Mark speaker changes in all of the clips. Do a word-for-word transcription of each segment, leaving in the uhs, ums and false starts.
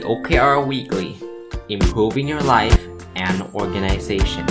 Speaker 1: โอ เค อาร์ Weekly Improving Your Life and Organization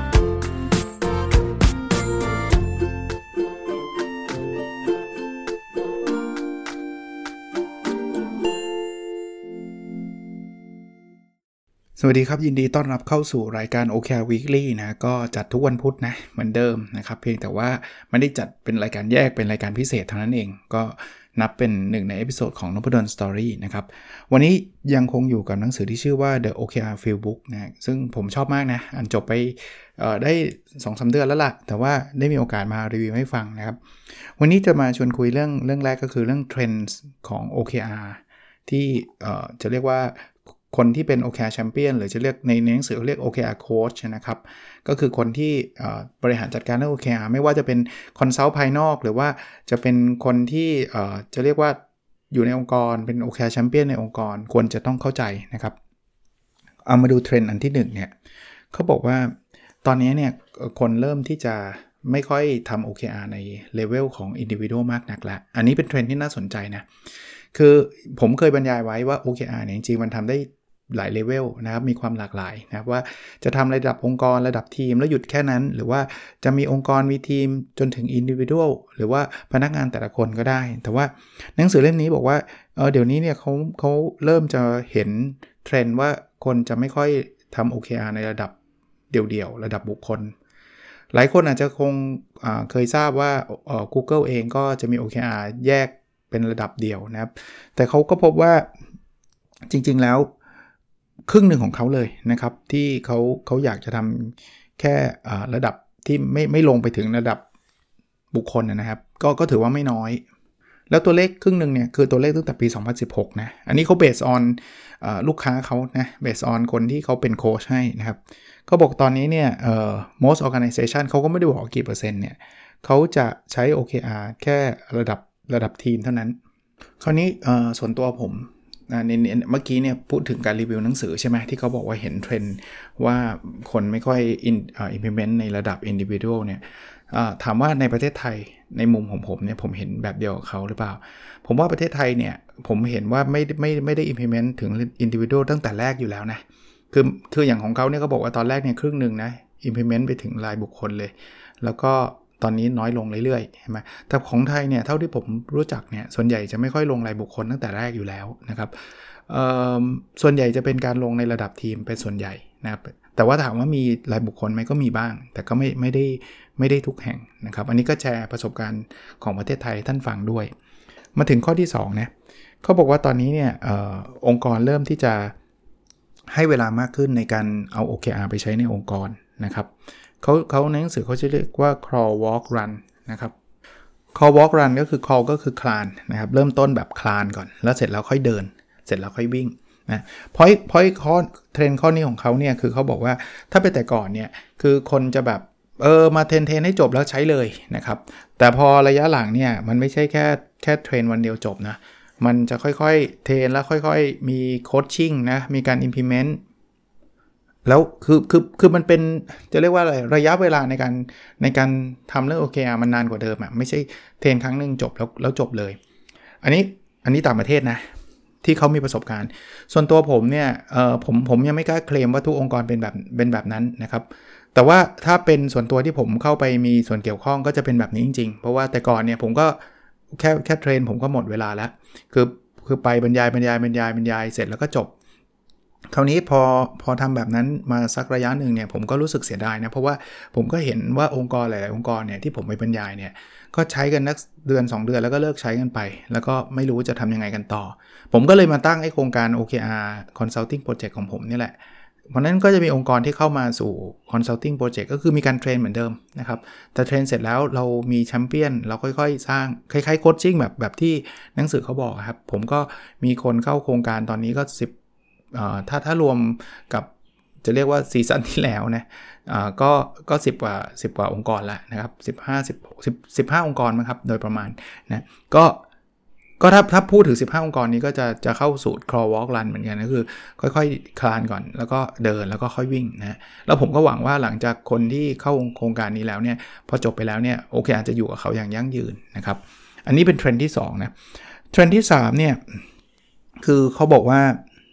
Speaker 2: สวัสดีครับยินดีต้อนรับเข้าสู่รายการ โอ เค อาร์ Weekly นะก็จัดทุกวันพุธนะเหมือนเดิมนะครับเพียงแต่ว่าไม่ได้จัดเป็นรายการแยกเป็นรายการพิเศษเท่านั้นเองก็นับเป็นหนึ่งในเอพิโซดของนพดลสตอรี่นะครับวันนี้ยังคงอยู่กับหนังสือที่ชื่อว่า The โอ เค อาร์ Field Book นะซึ่งผมชอบมากนะอ่านจบไปเอ่อได้ สองถึงสาม เดือนแล้วล่ะแต่ว่าได้มีโอกาสมารีวิวให้ฟังนะครับวันนี้จะมาชวนคุยเรื่องเรื่องแรกก็คือเรื่องเทรนด์ของ โอ เค อาร์ ที่เอ่อจะเรียกว่าคนที่เป็น โอ เค อาร์ Champion หรือจะเรียกในหนังสือเรียก โอ เค อาร์ Coach นะครับก็คือคนที่บริหารจัดการเรื่อง โอ เค อาร์ ไม่ว่าจะเป็นคอนซัลท์ภายนอกหรือว่าจะเป็นคนที่จะเรียกว่าอยู่ในองค์กรเป็น โอ เค อาร์ Champion ในองค์กรควรจะต้องเข้าใจนะครับเอามาดูเทรนด์อันที่หนึ่งเนี่ยเขาบอกว่าตอนนี้เนี่ยคนเริ่มที่จะไม่ค่อยทำ โอ เค อาร์ ในเลเวลของ Individual มากนักแล้วอันนี้เป็นเทรนด์ที่น่าสนใจนะคือผมเคยบรรยายไว้ว่า โอ เค อาร์ เนี่ยจริงๆมันทำได้หลายเลเวลนะครับมีความหลากหลายนะครับว่าจะทำระดับองค์กรระดับทีมแล้วหยุดแค่นั้นหรือว่าจะมีองค์กรมีทีมจนถึง individual หรือว่าพนักงานแต่ละคนก็ได้แต่ว่าหนังสือเล่มนี้บอกว่าเออเดี๋ยวนี้เนี่ยเขาเขาเริ่มจะเห็นเทรนด์ว่าคนจะไม่ค่อยทำ โอ เค อาร์ ในระดับเดี่ยวๆระดับบุคคลหลายคนอาจจะคงเคยทราบว่า Google เองก็จะมี โอ เค อาร์ แยกเป็นระดับเดียวนะครับแต่เขาก็พบว่าจริงๆแล้วครึ่งหนึ่งของเขาเลยนะครับที่เขาเขาอยากจะทำแค่ระดับที่ไม่ไม่ลงไปถึงระดับบุคคลนะครับก็ก็ถือว่าไม่น้อยแล้วตัวเลขครึ่งหนึ่งเนี่ยคือตัวเลขตั้งแต่ปีสองพันสิบหกนะอันนี้เขาเบสออนลูกค้าเขานะเบสออนคนที่เขาเป็นโค้ชให้นะครับเขาบอกตอนนี้เนี่ยเอ่อ most organization เขาก็ไม่ได้บอกกี่เปอร์เซ็นต์เนี่ยเขาจะใช้ โอ เค อาร์ แค่ระดับระดับทีมเท่านั้นคราวนี้ส่วนตัวผมในเมื่อกี้เนี่ยพูดถึงการรีวิวหนังสือใช่ไหมที่เขาบอกว่าเห็นเทรนด์ว่าคนไม่ค่อย implement ในระดับ individual เนี่ยถามว่าในประเทศไทยในมุมของผมเนี่ยผมเห็นแบบเดียวกับเขาหรือเปล่าผมว่าประเทศไทยเนี่ยผมเห็นว่าไม่ไม่ไม่ได้ implement ถึง individual ตั้งแต่แรกอยู่แล้วนะคือคืออย่างของเขาเนี่ยเขาบอกว่าตอนแรกเนี่ยครึ่งนึงนะ implement ไปถึงรายบุคคลเลยแล้วก็ตอนนี้น้อยลงเรื่อยๆใช่ไหมแต่ของไทยเนี่ยเท่าที่ผมรู้จักเนี่ยส่วนใหญ่จะไม่ค่อยลงรายบุคคลตั้งแต่แรกอยู่แล้วนะครับส่วนใหญ่จะเป็นการลงในระดับทีมเป็นส่วนใหญ่นะครับแต่ว่าถามว่ามีรายบุคคลไหมก็มีบ้างแต่ก็ไม่ไม่ได้ไม่ได้ทุกแห่งนะครับอันนี้ก็แชร์ประสบการณ์ของประเทศไทยท่านฟังด้วยมาถึงข้อที่สองนะเขาบอกว่าตอนนี้เนี่ย อ, องค์กรเริ่มที่จะให้เวลามากขึ้นในการเอา โอ เค อาร์ ไปใช้ในองค์กรนะครับเขาเขาในหนังสือเขาจะเรียกว่า crawl walk run นะครับ crawl walk run ก็คือ crawl ก็คือคลานนะครับเริ่มต้นแบบคลานก่อนแล้วเสร็จแล้วค่อยเดินเสร็จแล้วค่อยวิ่งนะพอยพอยข้อเทรนข้อนี้ของเขาเนี่ยคือเขาบอกว่าถ้าเป็นแต่ก่อนเนี่ยคือคนจะแบบเออมาเทรนเทรนให้จบแล้วใช้เลยนะครับแต่พอระยะหลังเนี่ยมันไม่ใช่แค่แค่เทรนวันเดียวจบนะมันจะค่อยๆเทรนแล้วค่อยๆมีโคชชิ่งนะมีการ implementแล้วคือคือคือมันเป็นจะเรียกว่าอะไรระยะเวลาในการในการทำเรื่อง โอ เค อาร์ มันนานกว่าเดิมอ่ะไม่ใช่เทรนครั้งนึงจบแล้วแล้วจบเลยอันนี้อันนี้ต่างประเทศนะที่เขามีประสบการณ์ส่วนตัวผมเนี่ยเอ่อผมผมยังไม่กล้าเคลมว่าทุกองค์กรเป็นแบบเป็นแบบนั้นนะครับแต่ว่าถ้าเป็นส่วนตัวที่ผมเข้าไปมีส่วนเกี่ยวข้องก็จะเป็นแบบนี้จริงๆเพราะว่าแต่ก่อนเนี่ยผมก็แค่แค่เทรนผมก็หมดเวลาแล้วคือคือไปบรรยายบรรยายบรรยายบรรยายเสร็จแล้วก็จบคราวนี้พอพอทำแบบนั้นมาสักระยะหนึ่งเนี่ยผมก็รู้สึกเสียดายนะเพราะว่าผมก็เห็นว่าองค์กรหลายๆองค์กรเนี่ยที่ผมไปบรรยายเนี่ยก็ใช้กันนักเดือนสองเดือนแล้วก็เลิกใช้กันไปแล้วก็ไม่รู้จะทำยังไงกันต่อผมก็เลยมาตั้งไอ้โครงการ โอ เค อาร์ Consulting Project ของผมนี่แหละเพราะนั้นก็จะมีองค์กรที่เข้ามาสู่ Consulting Project ก็คือมีการเทรนเหมือนเดิมนะครับแต่เทรนเสร็จแล้วเรามีแชมเปี้ยนเราค่อยๆสร้างคล้ายๆโคชชิ่งแบบแบบที่หนังสือเขาบอกครับผมก็มีคนเข้าโครงการตอนนี้ก็สิบถ้าถ้ารวมกับจะเรียกว่าซีซั่นที่แล้วนะก็ก็สิบกว่าสิบกว่าองค์กรแล้วนะครับสิบห้า สิบ สิบ สิบห้าองค์กรมั้งครับโดยประมาณนะก็ก็ถ้าถ้าพูดถึงสิบห้าองค์กรนี้ก็จะจะเข้าสูตร crawl walk run เหมือนกันก็คือค่อยๆคลานก่อนแล้วก็เดินแล้วก็ค่อยวิ่งนะแล้วผมก็หวังว่าหลังจากคนที่เข้าโครงการนี้แล้วเนี่ยพอจบไปแล้วเนี่ยโอเคอาจจะอยู่กับเขาอย่างยั่งยืนนะครับอันนี้เป็นเทรนด์ที่สองนะเทรนด์ที่สามเนี่ยคือเขาบอกว่า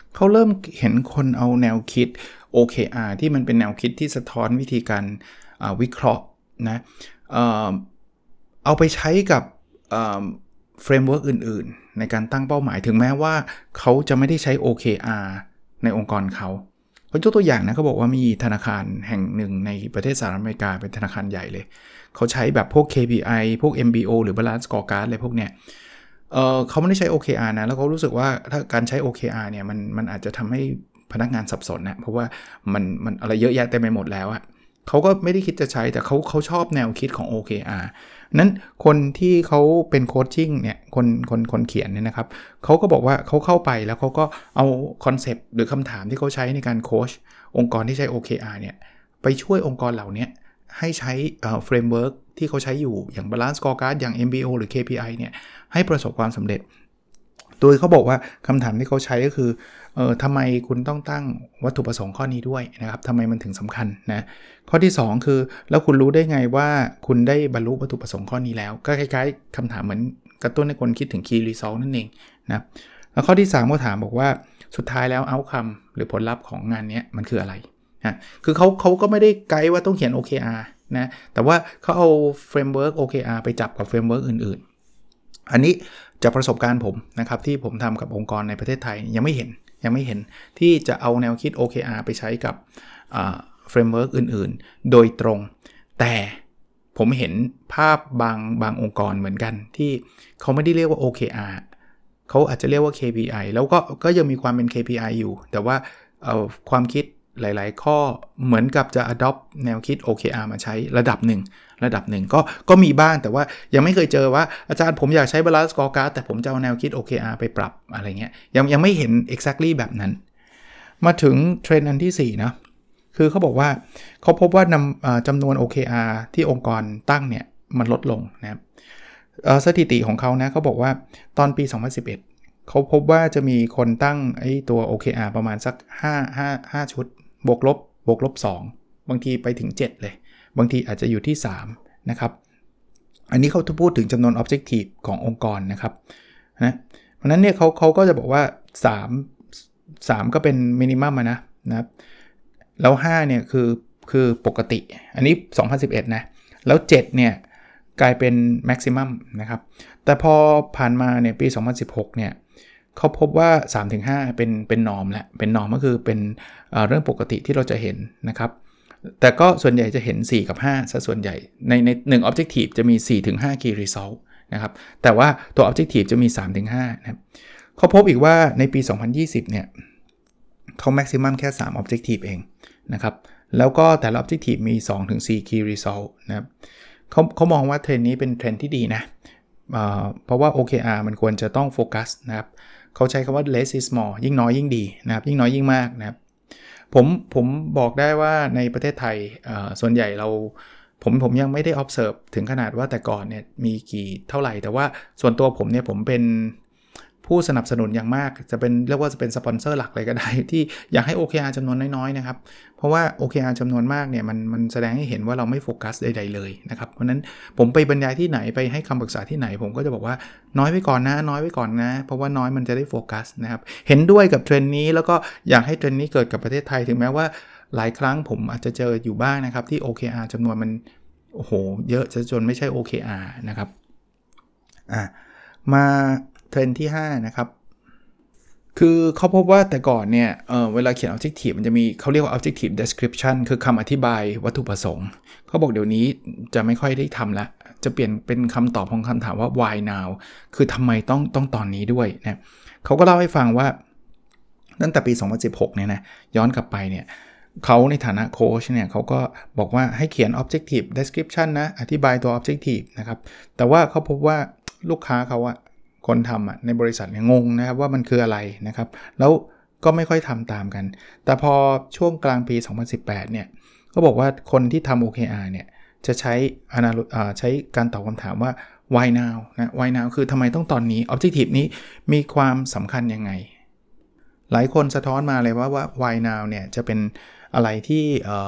Speaker 2: เขาเริ่มเห็นคนเอาแนวคิด โอ เค อาร์ ที่มันเป็นแนวคิดที่สะท้อนวิธีการวิเคราะห์นะเอ่อเอาไปใช้กับเฟรมเวิร์กอื่นๆในการตั้งเป้าหมายถึงแม้ว่าเขาจะไม่ได้ใช้ โอ เค อาร์ ในองค์กรเขาเขายกตัวอย่างนะเขาบอกว่ามีธนาคารแห่งหนึ่งในประเทศสหรัฐอเมริกาเป็นธนาคารใหญ่เลยเขาใช้แบบพวก เค พี ไอ พวก เอ็ม บี โอ หรือ Balance Scorecard อะไรพวกเนี้ยเอ่อเขาไม่ได้ใช้ โอ เค อาร์ นะแล้วเขารู้สึกว่าถ้าการใช้ โอ เค อาร์ เนี่ยมันมันอาจจะทำให้พนักงานสับสนนะเพราะว่ามันมันอะไรเยอะแยะเต็มไปหมดแล้วอะเขาก็ไม่ได้คิดจะใช้แต่เขาเขาชอบแนวคิดของ โอ เค อาร์ นั้นคนที่เขาเป็นโคชชิ่งเนี่ยคนคนคนเขียนเนี่ยนะครับเขาก็บอกว่าเขาเข้าไปแล้วเขาก็เอาคอนเซปต์หรือคำถามที่เขาใช้ในการโคชองค์กรที่ใช้ โอ เค อาร์ เนี่ยไปช่วยองค์กรเหล่านี้ให้ใช้เอ่อเฟรมเวิร์กที่เขาใช้อยู่อย่าง Balance Scorecard อย่าง เอ็ม บี โอ หรือ เค พี ไอ เนี่ยให้ประสบความสำเร็จโดยเขาบอกว่าคำถามที่เขาใช้ก็คือเออทำไมคุณต้องตั้งวัตถุประสงค์ข้อนี้ด้วยนะครับทำไมมันถึงสำคัญนะข้อที่สองคือแล้วคุณรู้ได้ไงว่าคุณได้บรรลุวัตถุประสงค์ข้อนี้แล้วก็คล้ายๆคำถามเหมือนกระตุ้นให้คนคิดถึง Key Result นั่นเองนะแล้วข้อที่สามก็ถามบอกว่าสุดท้ายแล้ว outcome หรือผลลัพธ์ของงานนี้มันคืออะไรนะคือเขาเขาก็ไม่ได้ไกด์ว่าต้องเขียน โอ เค อาร์ นะแต่ว่าเขาเอา framework โอ เค อาร์ ไปจับกับ framework อื่นๆอันนี้จากประสบการณ์ผมนะครับที่ผมทำกับองค์กรในประเทศไทยยังไม่เห็นยังไม่เห็นที่จะเอาแนวคิด โอ เค อาร์ ไปใช้กับเฟรมเวิร์กอื่นๆโดยตรงแต่ผมเห็นภาพบางบางองค์กรเหมือนกันที่เขาไม่ได้เรียกว่า โอ เค อาร์ เขาอาจจะเรียกว่า เค พี ไอ แล้วก็ก็ยังมีความเป็น เค พี ไอ อยู่แต่ว่าเอาความคิดหลายๆข้อเหมือนกับจะ adopt แนวคิด โอ เค อาร์ มาใช้ระดับหนึ่งระดับหนึ่งก็ก็มีบ้างแต่ว่ายังไม่เคยเจอว่าอาจารย์ผมอยากใช้ Balance Scorecard แต่ผมจะเอาแนวคิด โอ เค อาร์ ไปปรับอะไรเงี้ยยังยังไม่เห็น exactly แบบนั้นมาถึงเทรนด์อันที่สี่นะคือเขาบอกว่าเขาพบว่านำจำนวน โอ เค อาร์ ที่องค์กรตั้งเนี่ยมันลดลงนะครับสถิติของเขานะเขาบอกว่าตอนปีสองพันสิบเอ็ดเขาพบว่าจะมีคนตั้งไอ้ตัว โอ เค อาร์ ประมาณสักห้า ห้า ห้าชุดบวกลบบวกลบสองบางทีไปถึงเจ็ดเลยบางทีอาจจะอยู่ที่สามนะครับอันนี้เขาพูดถึงจำนวน objective ขององค์กรนะครับนะเพราะนั้นเนี่ยเขาเขาก็จะบอกว่าสาม สามก็เป็น minimum นะนะครับแล้วห้าเนี่ยคือคือปกติอันนี้สองพันสิบเอ็ดนะแล้วเจ็ดเนี่ยกลายเป็น maximum นะครับแต่พอผ่านมาเนี่ยปีสองพันสิบหกเนี่ยเขาพบว่า สามถึงห้า เป็นเป็นนอร์มแล้วเป็นนอร์มก็คือเป็นเอ่อเรื่องปกติที่เราจะเห็นนะครับแต่ก็ส่วนใหญ่จะเห็นสี่กับห้าซะส่วนใหญ่ในในหนึ่ง objective จะมี สี่ถึงห้า key result นะครับแต่ว่าตัว objective จะมี สามถึงห้า นะครับเขาพบอีกว่าในปีสองพันยี่สิบเนี่ยเขา maximum แค่สาม objective เองนะครับแล้วก็แต่ละ objective มี สองถึงสี่ key result นะครับเขาเขามองว่าเทรนด์นี้เป็นเทรนด์ที่ดีนะเอ่อเพราะว่า โอ เค อาร์ มันควรจะต้องโฟกัสนะครับเขาใช้คำว่า less is more ยิ่งน้อยยิ่งดีนะครับยิ่งน้อยยิ่งมากนะครับผมผมบอกได้ว่าในประเทศไทยส่วนใหญ่เราผมผมยังไม่ได้ observe ถึงขนาดว่าแต่ก่อนเนี่ยมีกี่เท่าไหร่แต่ว่าส่วนตัวผมเนี่ยผมเป็นผู้สนับสนุนอย่างมากจะเป็นเรียกว่าจะเป็นสปอนเซอร์หลักเลยก็ได้ที่อยากให้ โอ เค อาร์ จำนวนน้อยๆนะครับเพราะว่า โอ เค อาร์ จำนวนมากเนี่ยมันมันแสดงให้เห็นว่าเราไม่โฟกัสใดๆเลยนะครับเพราะนั้นผมไปบรรยายที่ไหนไปให้คำปรึกษาที่ไหนผมก็จะบอกว่าน้อยไว้ก่อนนะน้อยไว้ก่อนนะเพราะว่าน้อยมันจะได้โฟกัสนะครับเห็นด้วยกับเทรนด์นี้แล้วก็อยากให้เทรนด์นี้เกิดกับประเทศไทยถึงแม้ว่าหลายครั้งผมอาจจะเจออยู่บ้างนะครับที่ โอ เค อาร์ จำนวนมันโอ้โหเยอะจนไม่ใช่ โอ เค อาร์ นะครับอ่ะมาเทรนด์ที่ห้านะครับคือเขาพบว่าแต่ก่อนเนี่ยเ, เวลาเขียน objective มันจะมีเขาเรียกว่า objective description คือคำอธิบายวัตถุประสงค์เขาบอกเดี๋ยวนี้จะไม่ค่อยได้ทำละจะเปลี่ยนเป็นคำตอบของคำถามว่า why now คือทำไมต้องต้องตอนนี้ด้วยนะเขาก็เล่าให้ฟังว่าตั้งแต่ปีสองพันสิบหกเนี่ยนะย้อนกลับไปเนี่ยเขาในฐานะโค้ชเนี่ยเขาก็บอกว่าให้เขียน objective description นะอธิบายตัว objective นะครับแต่ว่าเขาพบว่าลูกค้าเขาอะคนทำอ่ะในบริษัทเนี่ยงงนะครับว่ามันคืออะไรนะครับแล้วก็ไม่ค่อยทำตามกันแต่พอช่วงกลางปีสองพันสิบแปดเนี่ยก็บอกว่าคนที่ทำ โอ เค อาร์ เนี่ยจะใช้ใช้การตอบคำถามว่า why now นะ why now คือทำไมต้องตอนนี้ objective นี้มีความสำคัญยังไงหลายคนสะท้อนมาเลยว่าว่า why now เนี่ยจะเป็นอะไรที่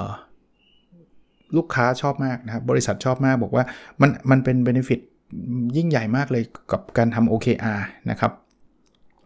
Speaker 2: ลูกค้าชอบมากนะครับบริษัทชอบมากบอกว่ามันมันเป็น benefitยิ่งใหญ่มากเลยกับการทำ โอ เค อาร์ นะครับ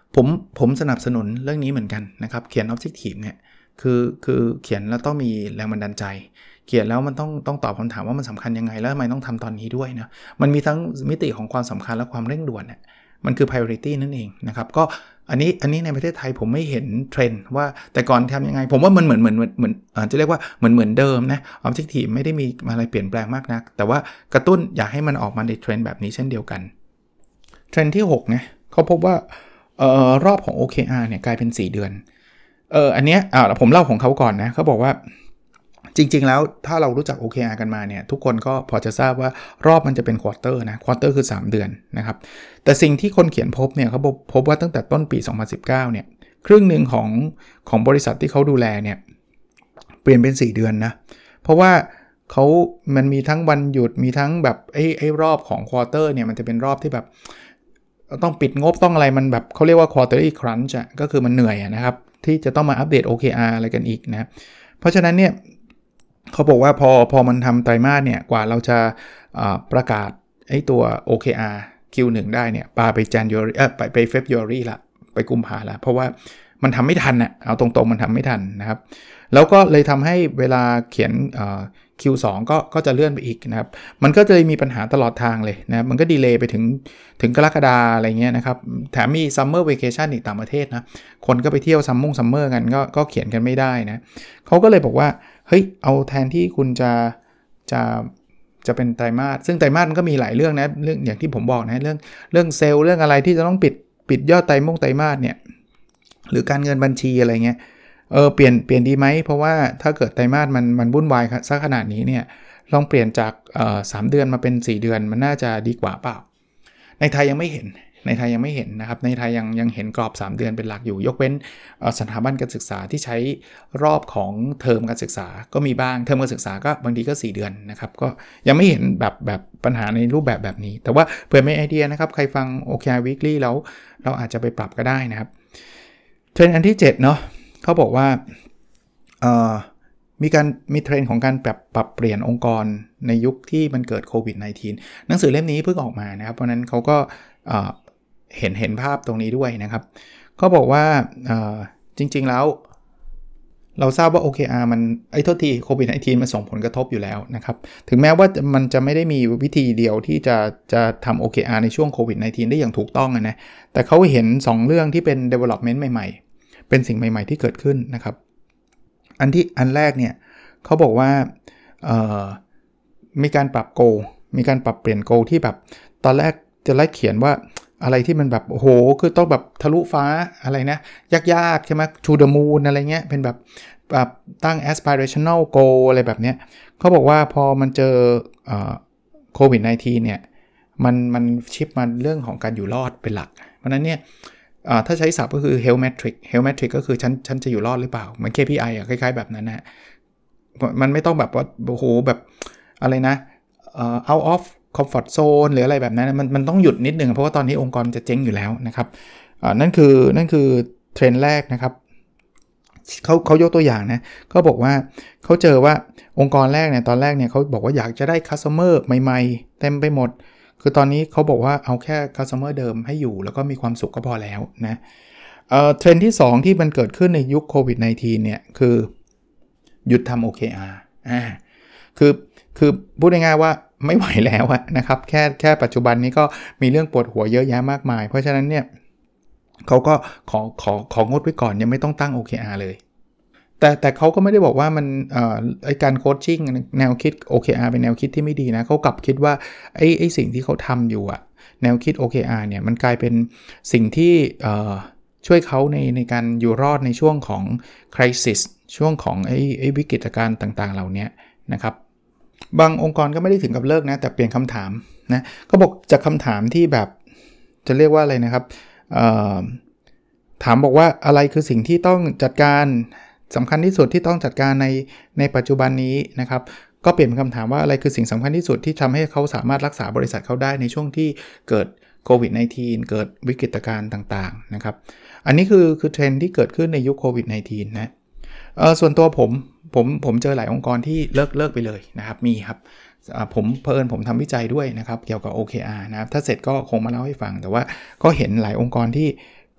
Speaker 2: ผมผมสนับสนุนเรื่องนี้เหมือนกันนะครับเขียน objective เนี่ยคือคือเขียนแล้วต้องมีแรงบันดาลใจเขียนแล้วมันต้องต้องตอบคำถามว่ามันสำคัญยังไงแล้วทำไมต้องทำตอนนี้ด้วยนะมันมีทั้งมิติของความสำคัญและความเร่งด่วนเนี่ยมันคือ priority นั่นเองนะครับก็อันนี้อันนี้ในประเทศไทยผมไม่เห็นเทรนด์ว่าแต่ก่อนทำยังไงผมว่ามันเหมือนเหมือนเหมือนอ่าจะเรียกว่าเหมือนเหมือนเดิมนะ objective ไม่ได้มีอะไรเปลี่ยนแปลงมากนักแต่ว่ากระตุ้นอยากให้มันออกมาในเทรนด์แบบนี้เช่นเดียวกันเทรนด์ที่หกนะเขาพบว่าเอ่อรอบของ โอ เค อาร์ เนี่ยกลายเป็นสี่เดือนเอออันเนี้ยอ่าผมเล่าของเขาก่อนนะเขาบอกว่าจริงๆแล้วถ้าเรารู้จัก โอ เค อาร์ กันมาเนี่ยทุกคนก็พอจะทราบว่ารอบมันจะเป็นควอเตอร์นะควอเตอร์คือสามเดือนนะครับแต่สิ่งที่คนเขียนพบเนี่ยเขาพบว่าตั้งแต่ต้นปีสองพันสิบเก้าเนี่ยครึ่งหนึ่งของของบริษัทที่เขาดูแลเนี่ยเปลี่ยนเป็นสี่เดือนนะเพราะว่าเขามันมีทั้งวันหยุดมีทั้งแบบไอ้ไอ้รอบของควอเตอร์เนี่ยมันจะเป็นรอบที่แบบต้องปิดงบต้องอะไรมันแบบเขาเรียกว่า quarterly crunch อ่ะก็คือมันเหนื่อยนะครับที่จะต้องมาอัปเดต โอ เค อาร์ อะไรกันอีกนะเพราะฉะนั้นเนี่ยเขาบอกว่าพอพอมันทำไตรมาสเนี่ยกว่าเราจะประกาศไอ้ตัว โอ เค อาร์ คิว วัน ได้เนี่ยปาไป January เอ่อไปไป February ละไปกุมภาละเพราะว่ามันทำไม่ทันน่ะเอาตรงๆมันทำไม่ทันนะครับแล้วก็เลยทำให้เวลาเขียนเอ่อ คิว ทู ก็ก็จะเลื่อนไปอีกนะครับมันก็จะมีปัญหาตลอดทางเลยนะมันก็ดีเลย์ไปถึงถึงกรกฎาอะไรเงี้ยนะครับแถมมี Summer Vacation อีกต่างประเทศนะคนก็ไปเที่ยวซัมมุ่งซัมเมอร์กันก็ก็เขียนกันไม่ได้นะเขาก็เลยบอกว่าเฮ้ยเอาแทนที่คุณจะจะจะเป็นไตรมาสซึ่งไตรมาสมันก็มีหลายเรื่องนะเรื่องอย่างที่ผมบอกนะเรื่องเรื่องเซลล์เรื่องอะไรที่จะต้องปิดปิดยอดไตรมุ่งไตรมาสเนี่ยหรือการเงินบัญชีอะไรเงี้ยเออเปลี่ยนเปลี่ยนดีไหมเพราะว่าถ้าเกิดไตรมาสมันมันวุ่นวายซะขนาดนี้เนี่ยลองเปลี่ยนจากเอ่อสามเดือนมาเป็นสี่เดือนมันน่าจะดีกว่าเปล่าในไทยยังไม่เห็นในไทยยังไม่เห็นนะครับในไทยยังยังเห็นกรอบสามเดือนเป็นหลักอยู่ยกเว้นสถาบันการศึกษาที่ใช้รอบของเทอมการศึกษาก็มีบ้างเทอมการศึกษาก็บางทีก็สี่เดือนนะครับก็ยังไม่เห็นแบบแบบปัญหาในรูปแบบแบบนี้แต่ว่าเผื่อมีไอเดียนะครับใครฟัง โอ เค อาร์ Weekly แล้วเราอาจจะไปปรับก็ได้นะครับเทรนด์อันที่เจ็ดเนาะเขาบอกว่าเอ่อมีการมีเทรนด์ของการปรับปรับเปลี่ยนองค์กรในยุคที่มันเกิดโควิด สิบเก้า หนังสือเล่มนี้เพิ่งออกมานะครับเพราะนั้นเขาก็เอ่อเห็นเห็นภาพตรงนี้ด้วยนะครับเขาบอกว่าเอ่อจริงๆแล้วเราทราบว่า โอ เค อาร์ มันไอ้โทษทีโควิด สิบเก้า มันส่งผลกระทบอยู่แล้วนะครับถึงแม้ว่ามันจะไม่ได้มีวิธีเดียวที่จะจะทำ โอ เค อาร์ ในช่วงโควิด สิบเก้า ได้อย่างถูกต้องนะแต่เขาเห็นสองเรื่องที่เป็น development ใหม่ๆเป็นสิ่งใหม่ๆที่เกิดขึ้นนะครับอันที่อันแรกเนี่ยเขาบอกว่าเอ่อมีการปรับโกมีการปรับเปลี่ยนโกที่แบบตอนแรกจะไล่เขียนว่าอะไรที่มันแบบโอ้โหคือต้องแบบทะลุฟ้าอะไรนะยากๆใช่ไหม to the moon อะไรเงี้ยเป็นแบบแบบตั้ง aspirational goal อะไรแบบเนี้ยเขาบอกว่าพอมันเจอเอ่อโควิด สิบเก้า เนี่ยมันมันชิปมาเรื่องของการอยู่รอดเป็นหลักเพราะนั้นเนี่ยถ้าใช้ศัพท์ก็คือ health metric health metric ก็คือฉันฉันจะอยู่รอดหรือเปล่าเหมือน เค พี ไอ อ่ะคล้ายๆแบบนั้นนะมันไม่ต้องแบบว่าโอ้โหแบบอะไรนะเอ่อ out of comfort zone หรืออะไรแบบนั้นมันมันต้องหยุดนิดนึงเพราะว่าตอนนี้องค์กรจะเจ๊งอยู่แล้วนะครับอ่านั่นคือนั่นคือเทรนด์แรกนะครับเขาเขายกตัวอย่างนะเขาบอกว่าเขาเจอว่าองค์กรแรกเนี่ยตอนแรกเนี่ยเขาบอกว่าอยากจะได้ customer ใหม่ๆเต็มไปหมดคือตอนนี้เขาบอกว่าเอาแค่ customer เดิมให้อยู่แล้วก็มีความสุขก็พอแล้วนะเอ่อเทรนด์ที่สองที่มันเกิดขึ้นในยุคโควิด สิบเก้า เนี่ยคือหยุดทำ โอ เค อาร์ อ่าคือคือพูดง่ายๆว่าไม่ไหวแล้วนะครับแค่แค่ปัจจุบันนี้ก็มีเรื่องปวดหัวเยอะแยะมากมายเพราะฉะนั้นเนี่ยเขาก็ขอขอของดไว้ก่อนยังไม่ต้องตั้ง โอ เค อาร์ เลยแต่แต่เขาก็ไม่ได้บอกว่ามันเอ่อไอการโคชชิ่งแนวคิด โอ เค อาร์ เป็นแนวคิดที่ไม่ดีนะเขากลับคิดว่าไอไอสิ่งที่เขาทำอยู่อะแนวคิด โอ เค อาร์ เนี่ยมันกลายเป็นสิ่งที่เอ่อช่วยเขาในในการอยู่รอดในช่วงของ crisis ช่วงของไอไอวิกฤตการณ์ต่างๆเหล่านี้นะครับบางองค์กรก็ไม่ได้ถึงกับเลิกนะแต่เปลี่ยนคำถามนะก็บอกจากคำถามที่แบบจะเรียกว่าอะไรนะครับถามบอกว่าอะไรคือสิ่งที่ต้องจัดการสำคัญที่สุดที่ต้องจัดการในในปัจจุบันนี้นะครับก็เปลี่ยนเป็นคำถามว่าอะไรคือสิ่งสำคัญที่สุดที่ทำให้เขาสามารถรักษาบริษัทเขาได้ในช่วงที่เกิดโควิด สิบเก้า เกิดวิกฤตการณ์ต่างๆนะครับอันนี้คือคือเทรนด์ที่เกิดขึ้นในยุคโควิด สิบเก้า นะเออส่วนตัวผมผมผมเจอหลายองค์กรที่เลิกเลิกไปเลยนะครับมีครับผมเพิ่นผมทำวิจัยด้วยนะครับเกี่ยวกับ โอ เค อาร์ นะครับถ้าเสร็จก็คงมาเล่าให้ฟังแต่ว่าก็เห็นหลายองค์กรที่ก็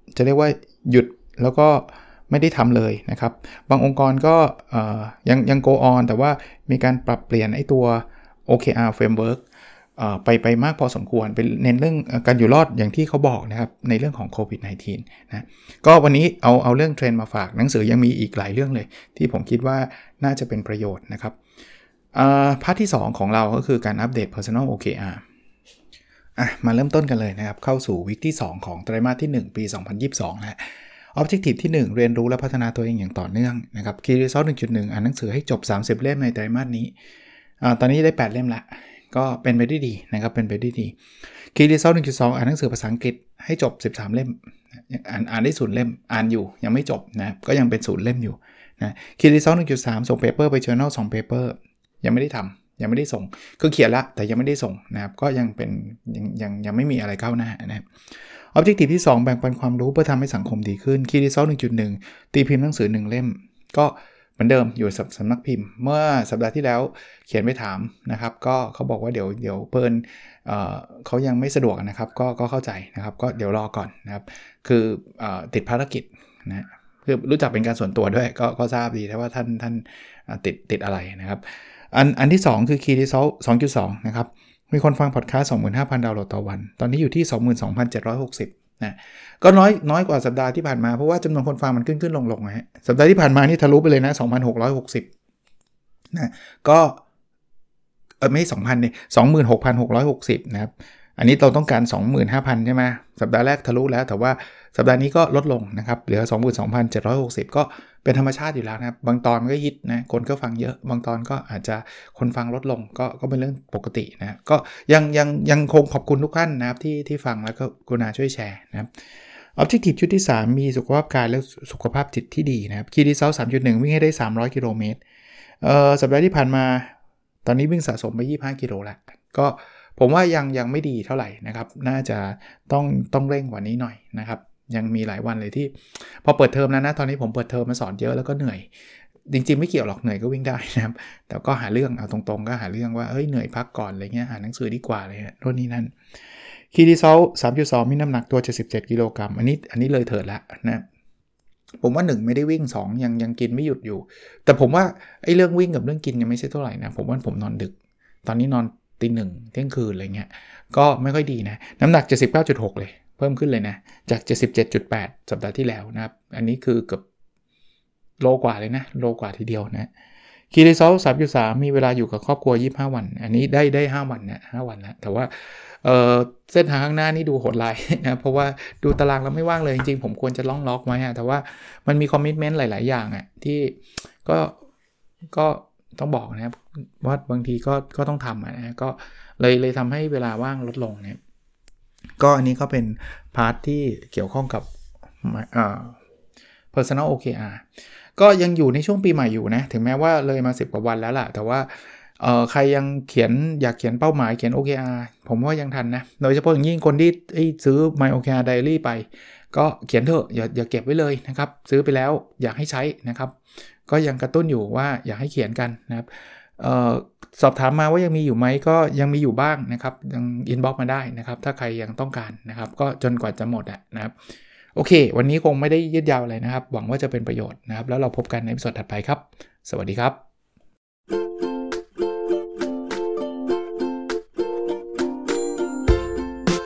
Speaker 2: จะเรียกว่าหยุดแล้วก็ไม่ได้ทำเลยนะครับบางองค์กรก็ยังยัง go on แต่ว่ามีการปรับเปลี่ยนไอ้ตัว โอ เค อาร์ framework ไปไปมากพอสมควรเป็นเน้นเรื่องการอยู่รอดอย่างที่เขาบอกนะครับในเรื่องของโควิด สิบเก้า นะก็วันนี้เอาเอาเรื่องเทรนด์มาฝากหนังสือยังมีอีกหลายเรื่องเลยที่ผมคิดว่าน่าจะเป็นประโยชน์นะครับพาร์ทที่สองของเราก็คือการอัปเดต Personal โอ เค อาร์ อ่ะมาเริ่มต้นกันเลยนะครับเข้าสู่วีคที่สองของไตรมาสที่หนึ่งปีสองพันยี่สิบสองนะObjective ที่หนึ่งเรียนรู้และพัฒนาตัวเองอย่างต่อเนื่องนะครับ Key Result หนึ่งจุดหนึ่ง อ่านหนังสือให้จบสามสิบเล่มในไตรมาสนี้อ่าตอนนี้ได้แปดเล่มละก็เป็นไปได้ดีนะครับเป็นไปได้ดี Key Result หนึ่งจุดสอง อ่านหนังสือภาษาอังกฤษให้จบสิบสามเล่มอ่านอ่านได้ศูนย์เล่มอ่านอยู่ยังไม่จบนะก็ยังเป็นศูนย์เล่มอยู่นะ Key Result หนึ่งจุดสาม ส่งเปเปอร์ไป Journal สอง paper ยังไม่ได้ทำยังไม่ได้ส่งคือเขียนละแต่ยังไม่ได้ส่งนะครับก็ยังเป็นยังยังยังไม่มีอะไรก้าวหน้านะครับObjective ที่สองแบ่งปันความรู้เพื่อทำให้สังคมดีขึ้น Key Result หนึ่งจุดหนึ่ง ตีพิมพ์หนังสือหนึ่งเล่มก็เหมือนเดิมอยู่สำนักพิมพ์เมื่อสัปดาห์ที่แล้วเขียนไปถามนะครับก็เขาบอกว่าเดี๋ยวเดี๋ยวเพิ่น เอ่อเขายังไม่สะดวกนะครับก็ก็เข้าใจนะครับก็เดี๋ยวรอก่อนนะครับคือเอ่อติดภารกิจนะคือรู้จักเป็นการส่วนตัวด้วยก็ก็ทราบดีแต่ว่าท่านท่านติดติดอะไรนะครับอันอันที่สองคือ Key Result สองจุดสอง นะครับมีคนฟังพอดคาสต์ สองหมื่นห้าพัน ดาวน์โหลดต่อวันตอนนี้อยู่ที่ สองหมื่นสองพันเจ็ดร้อยหกสิบ นะก็น้อยน้อยกว่าสัปดาห์ที่ผ่านมาเพราะว่าจำนวนคนฟังมันขึ้นขึ้นลงลงนะฮะสัปดาห์ที่ผ่านมานี่ทะลุไปเลยนะ สองพันหกร้อยหกสิบ นะก็เออไม่ สองพัน นี่ สองหมื่นหกพันหกร้อยหกสิบ นะครับอันนี้เราต้องการ สองหมื่นห้าพัน ใช่ไหมสัปดาห์แรกทะลุแล้วแต่ว่าสัปดาห์นี้ก็ลดลงนะครับเหลือ สองหมื่นสองพันเจ็ดร้อยหกสิบ ก็เป็นธรรมชาติอยู่แล้วนะครับบางตอนมันก็ฮิตนะคนก็ฟังเยอะบางตอนก็อาจจะคนฟังลดลงก็ก็เป็นเรื่องปกตินะก็ยังยังยังคงขอบคุณทุกท่านนะครับที่ที่ฟังแล้วก็กรุณาช่วยแชร์นะครับ Objective ชุดที่สามมีสุขภาพกายและสุขภาพจิตที่ดีนะครับ Key Result สามจุดหนึ่ง วิ่งให้ได้สามร้อยกิโลเมตรเอ่อสัปดาห์ที่ผ่านมาตอนนี้วิ่งสะสมไปยี่สิบห้ากิโลแล้วก็ผมว่ายังยังไม่ดีเท่าไหร่นะครับน่าจะต้องต้องเร่งกว่านี้หน่อยนะครับยังมีหลายวันเลยที่พอเปิดเทอมแล้วนะตอนนี้ผมเปิดเทอมมาสอนเยอะแล้วก็เหนื่อยจริงๆไม่เกี่ยวหรอกเหนื่อยก็วิ่งได้นะครับแต่ก็หาเรื่องเอาตรงๆก็หาเรื่องว่าเอ้ยเหนื่อยพักก่อนอะไรเงี้ยอ่านหนังสือดีกว่าอะไรเงี้ยโน่นนี่นั่น Key Result สามจุดสอง มีน้ำหนักตัวเจ็ดสิบเจ็ดกิโลกรัมอันนี้อันนี้เลยเถิดละนะผมว่าหนึ่งไม่ได้วิ่งสองยังยังกินไม่หยุดอยู่แต่ผมว่าไอ้เรื่องวิ่งกับเรื่องกินยังไม่ใช่เท่าไหร่นะผมว่าผมนอนดึกตอนนี้นอนตีหนึ่งเที่ยงคืนอะไรเงี้ยก็ไม่ค่อยดีนะน้ำหนัก เจ็ดสิบเก้าจุดหก เลยเพิ่มขึ้นเลยนะจาก เจ็ดสิบเจ็ดจุดแปด สัปดาห์ที่แล้วนะครับอันนี้คือเกือบโลกว่าเลยนะโลกว่าทีเดียวนะ Key Result สามจุดสาม มีเวลาอยู่กับครอบครัวยี่สิบห้าวันอันนี้ได้ได้ห้าวันนะห้าวันแล้วแต่ว่าเอ่อเส้นทางข้างหน้านี่ดูโหดร้ายนะเพราะว่าดูตารางแล้วไม่ว่างเลยจริงๆผมควรจะล่องล็อกไว้อะแต่ว่ามันมีคอมมิตเมนต์หลายๆอย่างอ่ะที่ก็ก็ต้องบอกนะครับว่าบางทีก็ก็ต้องทำนะก็เลยเลยทำให้เวลาว่างลดลงเนี่ยก็อันนี้ก็เป็นพาร์ทที่เกี่ยวข้องกับเอ่อ Personal โอ เค อาร์ ก็ยังอยู่ในช่วงปีใหม่อยู่นะถึงแม้ว่าเลยมาสิบกว่าวันแล้วล่ะแต่ว่าเอ่อใครยังเขียนอยากเขียนเป้าหมายเขียน โอ เค อาร์ ผมว่ายังทันนะโดยเฉพาะอย่างยิ่งคนที่ซื้อ My โอ เค อาร์ Diary ไปก็เขียนเถอะอย่าอย่าเก็บไว้เลยนะครับซื้อไปแล้วอยากให้ใช้นะครับก็ยังกระตุ้นอยู่ว่าอยากให้เขียนกันนะครับเอ่อสอบถามมาว่ายังมีอยู่ไหมก็ยังมีอยู่บ้างนะครับยังอินบ็อกซ์มาได้นะครับถ้าใครยังต้องการนะครับก็จนกว่าจะหมดอ่ะนะครับโอเควันนี้คงไม่ได้ยืดยาวอะไรนะครับหวังว่าจะเป็นประโยชน์นะครับแล้วเราพบกันในตอนถัดไปครับสวัสดีครับ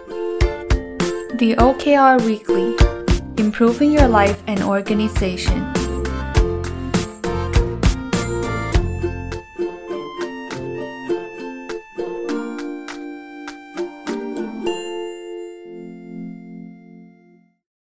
Speaker 3: The โอ เค อาร์ Weekly Improving Your Life and Organization